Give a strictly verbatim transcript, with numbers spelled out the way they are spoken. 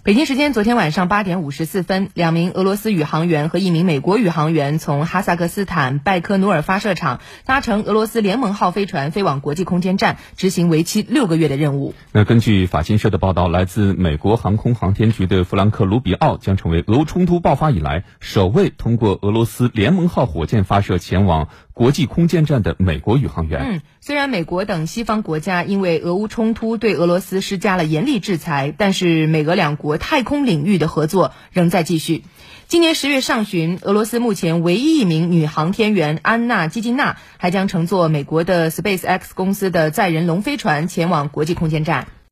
北京时间昨天晚上八点五十四分，两名俄罗斯宇航员和一名美国宇航员从哈萨克斯坦拜科努尔发射场搭乘俄罗斯联盟号飞船飞往国际空间站，执行为期六个月的任务。 那根据法新社的报道，来自美国航空航天局的弗兰克·卢比奥将成为俄乌冲突爆发以来首位通过俄罗斯联盟号火箭发射前往国际空间站的美国宇航员。 嗯，虽然美国等西方国家因为俄乌冲突对俄罗斯施加了严厉制裁，但是美俄两国太空领域的合作仍在继续。今年十月上旬，俄罗斯目前唯一一名女航天员安娜·基金娜还将乘坐美国的 SpaceX 公司的载人龙飞船前往国际空间站。